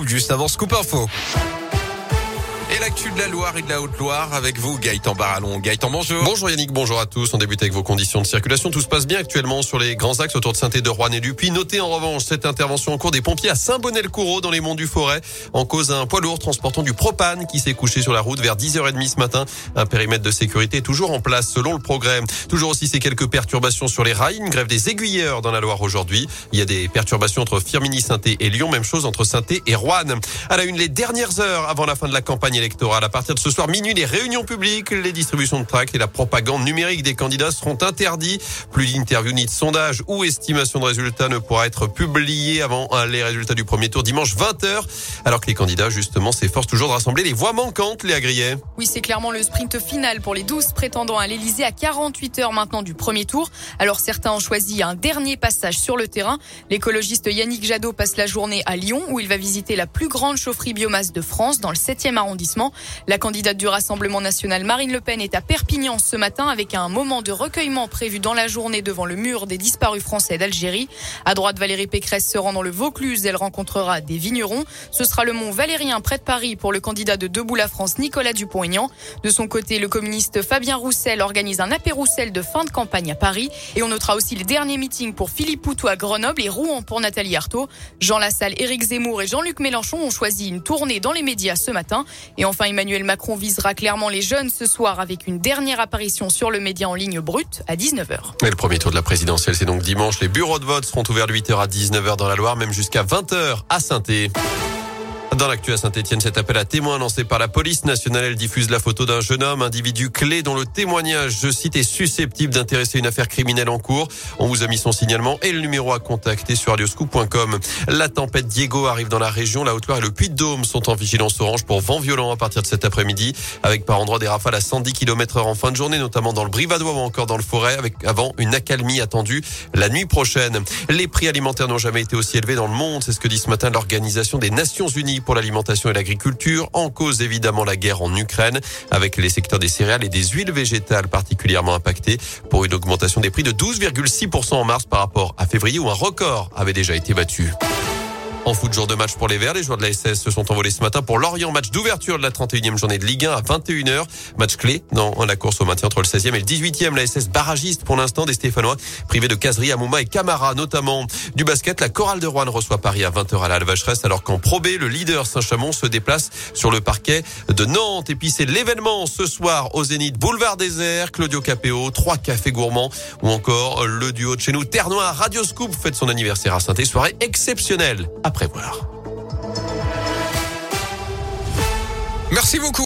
juste avant Scoop Info. Et l'actu de la Loire et de la Haute-Loire avec vous, Gaëtan Barallon. Gaëtan, bonjour. Bonjour Yannick, bonjour à tous. On débute avec vos conditions de circulation. Tout se passe bien actuellement sur les grands axes autour de Saint-Étienne, de Roanne et du Puy. Notez en revanche cette intervention en cours des pompiers à Saint-Bonnet-le-Coureau dans les monts du Forêt. En cause d'un poids lourd transportant du propane qui s'est couché sur la route vers 10h30 ce matin. Un périmètre de sécurité est toujours en place selon le progrès. Toujours aussi ces quelques perturbations sur les rails. Une grève des aiguilleurs dans la Loire aujourd'hui. Il y a des perturbations entre Firminy, Saint-Étienne et Lyon. Même chose entre Saint-Étienne et Roanne. À la une, les dernières heures avant la fin de la campagne électorale. À partir de ce soir minuit, les réunions publiques, les distributions de tracts et la propagande numérique des candidats seront interdits. Plus d'interviews ni de sondages ou estimation de résultats ne pourra être publié avant les résultats du premier tour dimanche 20h. Alors que les candidats, justement, s'efforcent toujours de rassembler les voix manquantes, Léa Grillet. Oui, c'est clairement le sprint final pour les 12 prétendants à l'Elysée à 48 heures maintenant du premier tour. Alors certains ont choisi un dernier passage sur le terrain. L'écologiste Yannick Jadot passe la journée à Lyon où il va visiter la plus grande chaufferie biomasse de France dans le 7e arrondissement. La candidate du Rassemblement national Marine Le Pen est à Perpignan ce matin avec un moment de recueillement prévu dans la journée devant le mur des disparus français d'Algérie. À droite, Valérie Pécresse se rend dans le Vaucluse. Elle rencontrera des vignerons. Ce sera le mont Valérien près de Paris pour le candidat de Debout la France Nicolas Dupont-Aignan. De son côté, le communiste Fabien Roussel organise un apéroussel de fin de campagne à Paris. Et on notera aussi les derniers meetings pour Philippe Poutou à Grenoble et Rouen pour Nathalie Arthaud. Jean Lassalle, Éric Zemmour et Jean-Luc Mélenchon ont choisi une tournée dans les médias ce matin. Et enfin, Emmanuel Macron visera clairement les jeunes ce soir avec une dernière apparition sur le média en ligne brut à 19h. Et le premier tour de la présidentielle, c'est donc dimanche. Les bureaux de vote seront ouverts de 8h à 19h dans la Loire, même jusqu'à 20h à Saint-Étienne. Dans l'actu à Saint-Étienne, cet appel à témoins lancé par la police nationale, elle diffuse la photo d'un jeune homme, individu clé dont le témoignage, je cite, est susceptible d'intéresser une affaire criminelle en cours. On vous a mis son signalement et le numéro à contacter sur radioscoop.com. La tempête Diego arrive dans la région. La Haute-Loire et le Puy-de-Dôme sont en vigilance orange pour vent violent à partir de cet après-midi, avec par endroits des rafales à 110 km/h en fin de journée, notamment dans le Brivadois ou encore dans le Forêt, avec avant une accalmie attendue la nuit prochaine. Les prix alimentaires n'ont jamais été aussi élevés dans le monde. C'est ce que dit ce matin l'Organisation des Nations Unies pour l'alimentation et l'agriculture. En cause évidemment la guerre en Ukraine, avec les secteurs des céréales et des huiles végétales particulièrement impactés, pour une augmentation des prix de 12,6% en mars par rapport à février où un record avait déjà été battu. En foot, jour de match pour les Verts, les joueurs de la SS se sont envolés ce matin pour Lorient, match d'ouverture de la 31e journée de Ligue 1 à 21h. Match clé dans la course au maintien entre le 16e et le 18e. La SS barragiste pour l'instant des Stéphanois, privés de Kazri, Amouma et Camara notamment. Du basket, la Chorale de Roanne reçoit Paris à 20h à la Vacheresse, alors qu'en Pro B, le leader Saint-Chamond se déplace sur le parquet de Nantes. Et puis c'est l'événement ce soir au Zénith, boulevard Désert, Claudio Capéo, 3 cafés gourmands ou encore le duo de chez nous, Terre Noire, Radio Scoop fête son anniversaire à Saint-Étienne, soirée exceptionnelle à prévoir. Merci beaucoup.